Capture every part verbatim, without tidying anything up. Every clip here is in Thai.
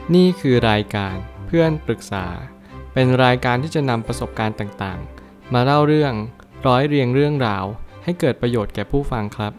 นี่คือรายการเพื่อนปรึกษาเป็นรายการที่จะนำประสบการณ์ต่างๆมาเล่าเรื่องร้อยเรียงเรื่องราวให้เกิดประโยชน์แก่ผู้ฟังครับ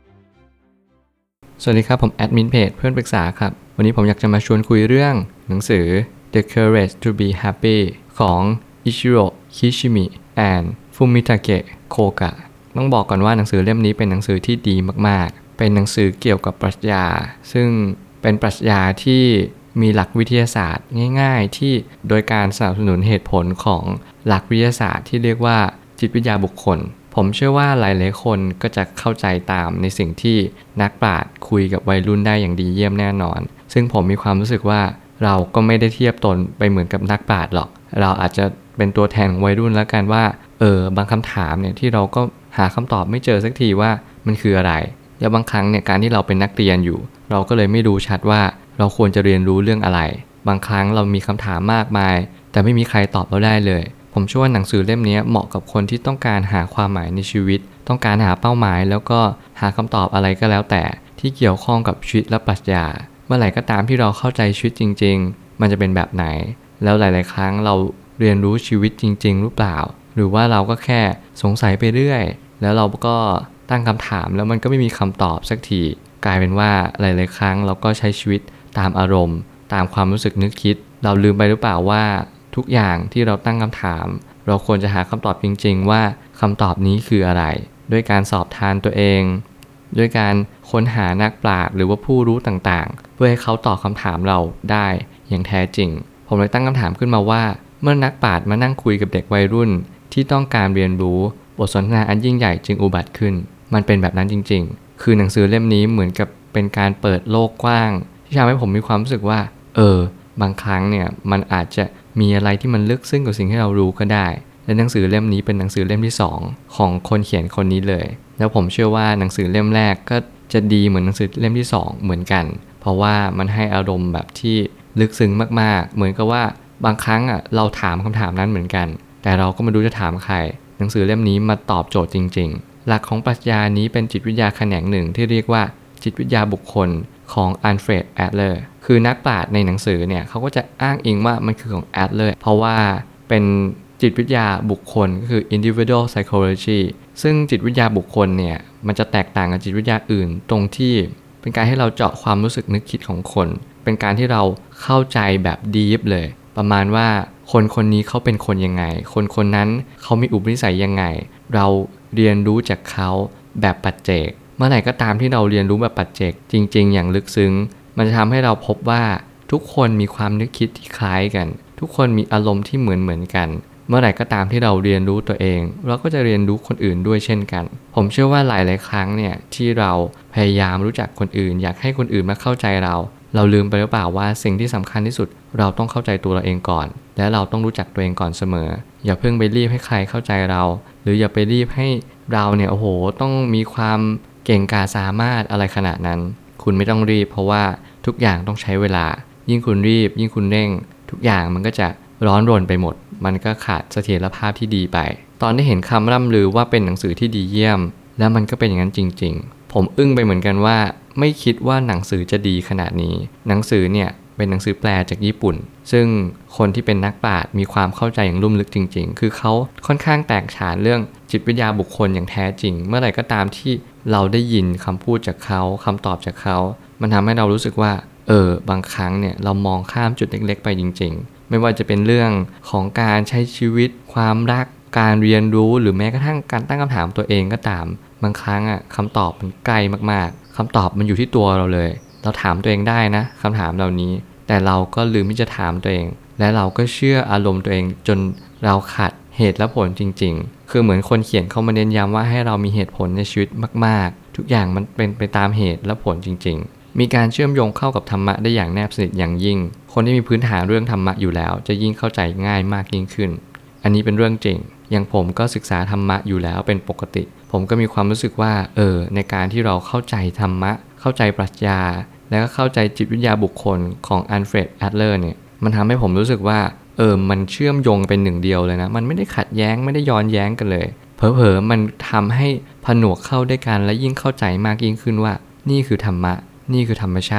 สวัสดีครับผมแอดมินเพจเพื่อนปรึกษาครับวันนี้ผมอยากจะมาชวนคุยเรื่องหนังสือ The Courage to be Happy ของ Ichiro Kishimi and Fumitake Koga ต้องบอกก่อนว่าหนังสือเล่มนี้เป็นหนังสือที่ดีมากๆเป็นหนังสือเกี่ยวกับปรัชญาซึ่งเป็นปรัชญาที่มีหลักวิทยาศาสตร์ง่ายๆที่โดยการสนับสนุนเหตุผลของหลักวิทยาศาสตร์ที่เรียกว่าจิตวิทยาบุคคลผมเชื่อว่าหลายๆคนก็จะเข้าใจตามในสิ่งที่นักปราชญ์คุยกับวัยรุ่นได้อย่างดีเยี่ยมแน่นอนซึ่งผมมีความรู้สึกว่าเราก็ไม่ได้เทียบตนไปเหมือนกับนักปราชญ์หรอกเราอาจจะเป็นตัวแทนของวัยรุ่นแล้วกันว่าเออบางคำถามเนี่ยที่เราก็หาคำตอบไม่เจอสักทีว่ามันคืออะไรแล้วบางครั้งเนี่ยการที่เราเป็นนักเรียนอยู่เราก็เลยไม่รู้ชัดว่าเราควรจะเรียนรู้เรื่องอะไรบางครั้งเรามีคำถามมากมายแต่ไม่มีใครตอบเราได้เลยผมเชื่อว่าหนังสือเล่มนี้เหมาะกับคนที่ต้องการหาความหมายในชีวิตต้องการหาเป้าหมายแล้วก็หาคำตอบอะไรก็แล้วแต่ที่เกี่ยวข้องกับชีวิตและปรัชญาเมื่อไหร่ก็ตามที่เราเข้าใจชีวิตจริงๆมันจะเป็นแบบไหนแล้วหลายๆครั้งเราเรียนรู้ชีวิตจริงๆหรือเปล่าหรือว่าเราก็แค่สงสัยไปเรื่อยแล้วเราก็ตั้งคำถามแล้วมันก็ไม่มีคำตอบสักทีกลายเป็นว่าหลายๆครั้งเราก็ใช้ชีวิตตามอารมณ์ตามความรู้สึกนึกคิดเราลืมไปหรือเปล่าว่าทุกอย่างที่เราตั้งคำถามเราควรจะหาคำตอบจริงๆว่าคำตอบนี้คืออะไรด้วยการสอบทานตัวเองด้วยการค้นหานักปราชญ์หรือว่าผู้รู้ต่างๆเพื่อให้เขาตอบคำถามเราได้อย่างแท้จริงผมเลยตั้งคำถามขึ้นมาว่าเมื่อนักปราชญ์มานั่งคุยกับเด็กวัยรุ่นที่ต้องการเรียนรู้บทสนทนาอันยิ่งใหญ่จึงอุบัติขึ้นมันเป็นแบบนั้นจริงๆคือหนังสือเล่มนี้เหมือนกับเป็นการเปิดโลกกว้างที่ทำให้ผมมีความรู้สึกว่าเออบางครั้งเนี่ยมันอาจจะมีอะไรที่มันลึกซึ้งกว่าสิ่งที่เรารู้ก็ได้และหนังสือเล่มนี้เป็นหนังสือเล่มที่สองของคนเขียนคนนี้เลยแล้วผมเชื่อว่าหนังสือเล่มแรกก็จะดีเหมือนหนังสือเล่มที่สองเหมือนกันเพราะว่ามันให้อารมณ์แบบที่ลึกซึ้งมากๆเหมือนกับว่าบางครั้งอ่ะเราถามคำถามนั้นเหมือนกันแต่เราก็ไม่รู้จะถามใครหนังสือเล่มนี้มาตอบโจทย์จริงๆหลักของปรัชญานี้เป็นจิตวิทยาแขนงหนึ่งที่เรียกว่าจิตวิทยาบุคคลของอัลเฟรด แอดเลอร์คือนักปราชญ์ในหนังสือเนี่ยเขาก็จะอ้างอิงว่ามันคือของแอดเลอร์เพราะว่าเป็นจิตวิทยาบุคคลก็คือ individual psychology ซึ่งจิตวิทยาบุคคลเนี่ยมันจะแตกต่างกับจิตวิทยาอื่นตรงที่เป็นการให้เราเจาะความรู้สึกนึกคิดของคนเป็นการที่เราเข้าใจแบบ deep เลยประมาณว่าคนคนนี้เขาเป็นคนยังไงคนคนนั้นเขามีอุปนิสัยยังไงเราเรียนรู้จากเขาแบบปัจเจกเมื่อไหร่ก็ตามที่เราเรียนรู้แบบปัจเจกจริงๆอย่างลึกซึ้งมันจะทำให้เราพบว่าทุกคนมีความนึกคิดที่คล้ายกันทุกคนมีอารมณ์ที่เหมือนเหมือนกันเมื่อไหร่ก็ตามที่เราเรียนรู้ตัวเองเราก็จะเรียนรู้คนอื่นด้วยเช่นกันผมเชื่อว่าหลายๆครั้งเนี่ยที่เราพยายามรู้จักคนอื่นอยากให้คนอื่นมาเข้าใจเราเราลืมไปหรือเปล่าว่าสิ่งที่สำคัญที่สุดเราต้องเข้าใจตัวเราเองก่อนและเราต้องรู้จักตัวเองก่อนเสมออย่าเพิ่งไปรีบให้ใครเข้าใจเราหรืออย่าไปรีบให้เราเนี่ยโอ้โหต้องมีความเก่งกาจสามารถอะไรขนาดนั้นคุณไม่ต้องรีบเพราะว่าทุกอย่างต้องใช้เวลายิ่งคุณรีบยิ่งคุณเร่งทุกอย่างมันก็จะร้อนรนไปหมดมันก็ขาดเสถียรภาพที่ดีไปตอนได้เห็นคำร่ำลือว่าเป็นหนังสือที่ดีเยี่ยมแล้วมันก็เป็นอย่างนั้นจริงๆผมอึ้งไปเหมือนกันว่าไม่คิดว่าหนังสือจะดีขนาดนี้หนังสือเนี่ยเป็นหนังสือแปลจากญี่ปุ่นซึ่งคนที่เป็นนักปราชญ์มีความเข้าใจอย่างลุ่มลึกจริงๆคือเขาค่อนข้างแตกฉานเรื่องจิตวิทยาบุคคลอย่างแท้จริงเมื่อไหร่ก็ตามที่เราได้ยินคำพูดจากเขาคำตอบจากเขามันทำให้เรารู้สึกว่าเออบางครั้งเนี่ยเรามองข้ามจุดเล็กๆไปจริงๆไม่ว่าจะเป็นเรื่องของการใช้ชีวิตความรักการเรียนรู้หรือแม้กระทั่งการตั้งคำถามตัวเองก็ตามบางครั้งอ่ะคำตอบมันไกลมากๆคำตอบมันอยู่ที่ตัวเราเลยเราถามตัวเองได้นะคำถามเหล่านี้แต่เราก็ลืมที่จะถามตัวเองและเราก็เชื่ออารมณ์ตัวเองจนเราขาดเหตุและผลจริงๆคือเหมือนคนเขียนเขามาเน้นย้ำว่าให้เรามีเหตุผลในชีวิตมากๆทุกอย่างมันเป็นไปตามเหตุและผลจริงๆมีการเชื่อมโยงเข้ากับธรรมะได้อย่างแนบสนิทอย่างยิ่งคนที่มีพื้นฐานเรื่องธรรมะอยู่แล้วจะยิ่งเข้าใจง่ายมากยิ่งขึ้นอันนี้เป็นเรื่องจริงอย่างผมก็ศึกษาธรรมะอยู่แล้วเป็นปกติผมก็มีความรู้สึกว่าเออในการที่เราเข้าใจธรรมะเข้าใจปรัชญาแล้วก็เข้าใจจิตวิทยาบุคคลของอัลเฟรด แอดเลอร์เนี่ยมันทำให้ผมรู้สึกว่าเออมันเชื่อมโยงเป็นหนึ่งเดียวเลยนะมันไม่ได้ขัดแย้งไม่ได้ย้อนแย้งกันเลยเผลอๆมันทำให้ผนวกเข้าด้วยกันและยิ่งเข้าใจมากยิ่งขึ้นว่านี่คือธรรมะนี่คือธรรมชาติ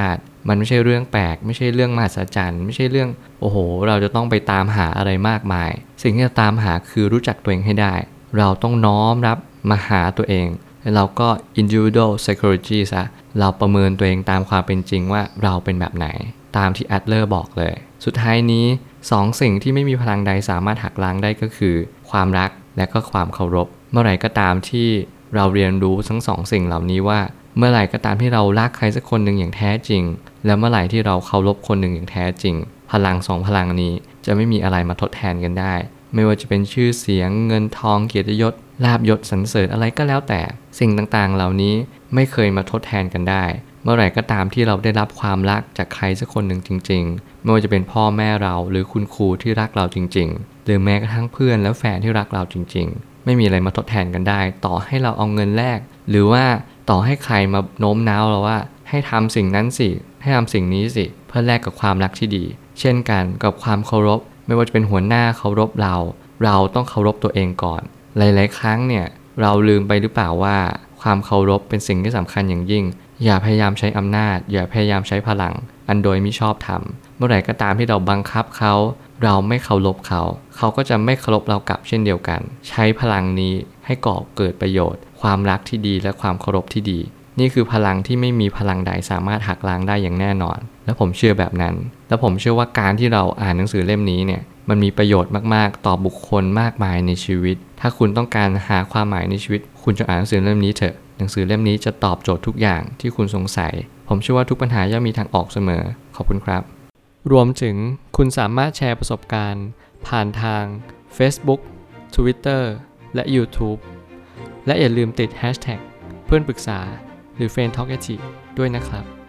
มันไม่ใช่เรื่องแปลกไม่ใช่เรื่องมหัศจรรย์ไม่ใช่เรื่องโอ้โหเราจะต้องไปตามหาอะไรมากมายสิ่งที่จะตามหาคือรู้จักตัวเองให้ได้เราต้องน้อมรับมาหาตัวเองแล้วเราก็ individual psychology ซะเราประเมินตัวเองตามความเป็นจริงว่าเราเป็นแบบไหนตามที่แอดเลอร์บอกเลยสุดท้ายนี้สองสิ่งที่ไม่มีพลังใดสามารถหักล้างได้ก็คือความรักและก็ความเคารพเมื่อไหร่ก็ตามที่เราเรียนรู้ทั้งสองสิ่งเหล่านี้ว่าเมื่อไหร่ก็ตามที่เรารักใครสักคนหนึ่งอย่างแท้จริงแล้วเมื่อไหร่ที่เราเคารพคนหนึ่งอย่างแท้จริงพลังสองพลังนี้จะไม่มีอะไรมาทดแทนกันได้ไม่ว่าจะเป็นชื่อเสียงเงินทองเกียรติยศลาภยศสรรเสริญอะไรก็แล้วแต่สิ่งต่างๆเหล่านี้ไม่เคยมาทดแทนกันได้เมื่อไหร่ก็ตามที่เราได้รับความรักจากใครสักคนหนึ่งจริงๆไม่ว่าจะเป็นพ่อแม่เราหรือคุณครูที่รักเราจริงๆหรือแม้กระทั่งเพื่อนและแฟนที่รักเราจริงๆไม่มีอะไรมาทดแทนกันได้ต่อให้เราเอาเงินแลกหรือว่าต่อให้ใครมาโน้มน้าวเราว่าให้ทำสิ่งนั้นสิให้ทำสิ่งนี้สิเพื่อแลกกับความรักที่ดีเช่นกันกับความเคารพไม่ว่าจะเป็นหัวหน้าเคารพเราเราต้องเคารพตัวเองก่อนหลายๆครั้งเนี่ยเราลืมไปหรือเปล่าว่าความเคารพเป็นสิ่งที่สำคัญอย่างยิ่งอย่าพยายามใช้อำนาจอย่าพยายามใช้พลังอันโดยมิชอบธรรมเมื่อไหร่ก็ตามที่เราบังคับเขาเราไม่เคารพเขาเขาก็จะไม่เคารพเรากลับเช่นเดียวกันใช้พลังนี้ให้ก่อเกิดประโยชน์ความรักที่ดีและความเคารพที่ดีนี่คือพลังที่ไม่มีพลังใดสามารถหักล้างได้อย่างแน่นอนและผมเชื่อแบบนั้นและผมเชื่อว่าการที่เราอ่านหนังสือเล่มนี้เนี่ยมันมีประโยชน์มากๆต่อบุคคลมากมายในชีวิตถ้าคุณต้องการหาความหมายในชีวิตคุณจะอ่านหนังสือเล่มนี้เถอะหนังสือเล่มนี้จะตอบโจทย์ทุกอย่างที่คุณสงสัยผมเชื่อว่าทุกปัญหาย่อมมีทางออกเสมอขอบคุณครับรวมถึงคุณสามารถแชร์ประสบการณ์ผ่านทาง Facebook Twitter และ YouTube และอย่าลืมติด แฮชแท็ก เพื่อนปรึกษาหรือ เฟรนด์ ทอล์ก ด้วยนะครับ